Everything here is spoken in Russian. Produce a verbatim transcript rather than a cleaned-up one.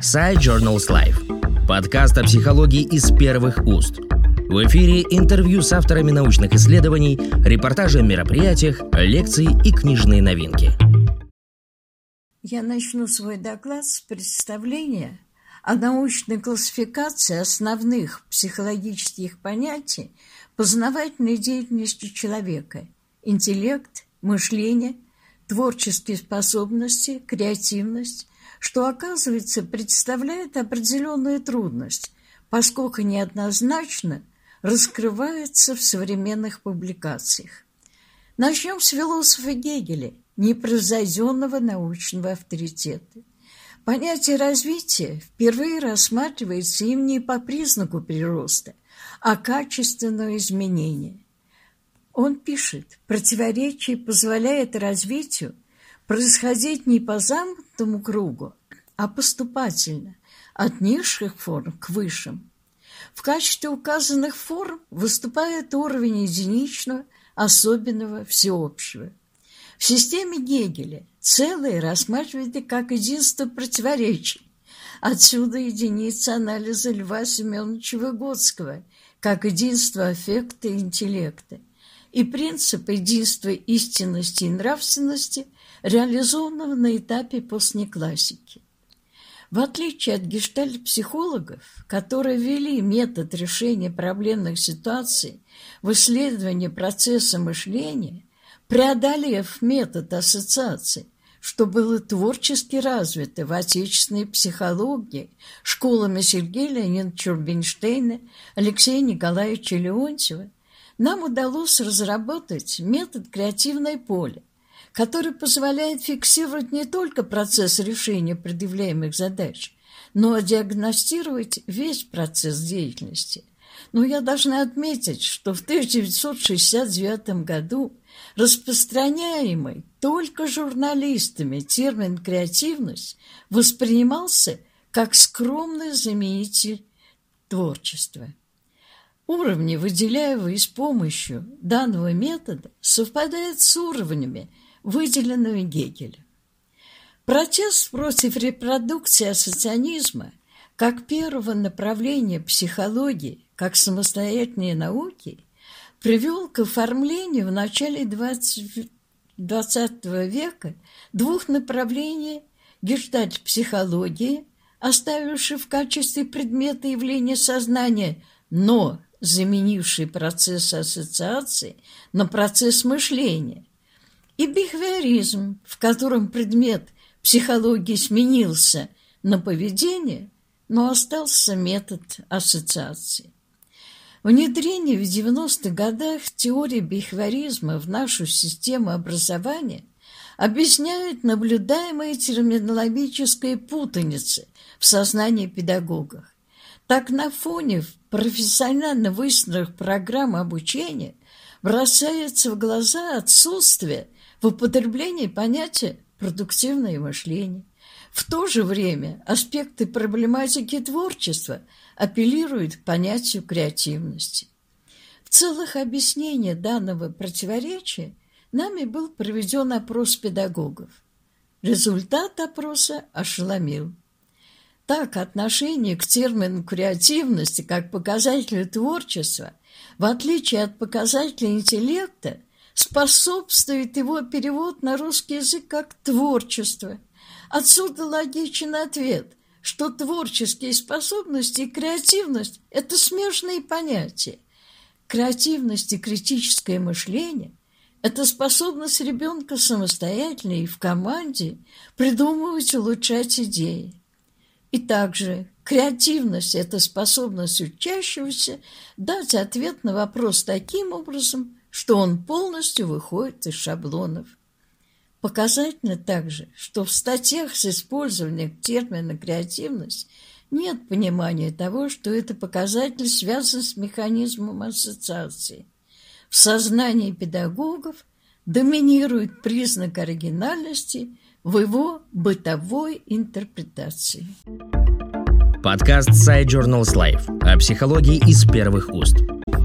Sci Journals Life. Подкаст о психологии из первых уст. В эфире интервью с авторами научных исследований, репортажи о мероприятиях, лекции и книжные новинки. Я начну свой доклад с представления о научной классификации основных психологических понятий познавательной деятельности человека: интеллект, мышление, творческие способности, креативность, что, оказывается, представляет определенную трудность, поскольку неоднозначно раскрывается в современных публикациях. Начнем с философа Гегеля, непревзойденного научного авторитета. Понятие развития впервые рассматривается им не по признаку прироста, а качественного изменения. Он пишет: противоречие позволяет развитию происходить не по замкнутому кругу, а поступательно, от низших форм к высшим. В качестве указанных форм выступает уровень единичного, особенного, всеобщего. В системе Гегеля целое рассматривается как единство противоречий. Отсюда единица анализа Льва Семеновича Выгодского как единство аффекта и интеллекта, и принцип единства истинности и нравственности, реализованного на этапе постклассики. В отличие от гештальт-психологов, которые ввели метод решения проблемных ситуаций в исследовании процесса мышления, преодолев метод ассоциаций, что было творчески развито в отечественной психологии школами Сергея Леонидовича Рубинштейна, Алексея Николаевича Леонтьева, нам удалось разработать метод «креативное поле», который позволяет фиксировать не только процесс решения предъявляемых задач, но и диагностировать весь процесс деятельности. Но я должна отметить, что в тысяча девятьсот шестьдесят девятом году распространяемый только журналистами термин «креативность» воспринимался как скромный заменитель творчества. Уровни, выделяемые с помощью данного метода, совпадают с уровнями, выделенными Гегелем. Протест против репродукции ассоцианизма как первого направления психологии, как самостоятельной науки, привел к оформлению в начале двадцатого века двух направлений гештальт-психологии, оставившей в качестве предмета явления сознания, но заменивший процесс ассоциации на процесс мышления, и бихевиоризм, в котором предмет психологии сменился на поведение, но остался метод ассоциации. Внедрение в девяностых годах теории бихевиоризма в нашу систему образования объясняет наблюдаемые терминологические путаницы в сознании педагогов. Так, на фоне профессионально выстроенных программ обучения бросается в глаза отсутствие в употреблении понятия «продуктивное мышление». В то же время аспекты проблематики творчества апеллируют к понятию креативности. В целых объяснениях данного противоречия нами был проведен опрос педагогов. Результат опроса ошеломил. Так, отношение к термину креативности как показателю творчества, в отличие от показателя интеллекта, способствует его перевод на русский язык как «творчество». Отсюда логичен ответ, что творческие способности и креативность – это смежные понятия. Креативность и критическое мышление – это способность ребенка самостоятельно и в команде придумывать и улучшать идеи. И также креативность – это способность учащегося дать ответ на вопрос таким образом, что он полностью выходит из шаблонов. Показательно также, что в статьях с использованием термина «креативность» нет понимания того, что это показатель связан с механизмом ассоциации. В сознании педагогов доминирует признак оригинальности в его бытовой интерпретации. Подкаст Sci Journals Life о психологии из первых уст.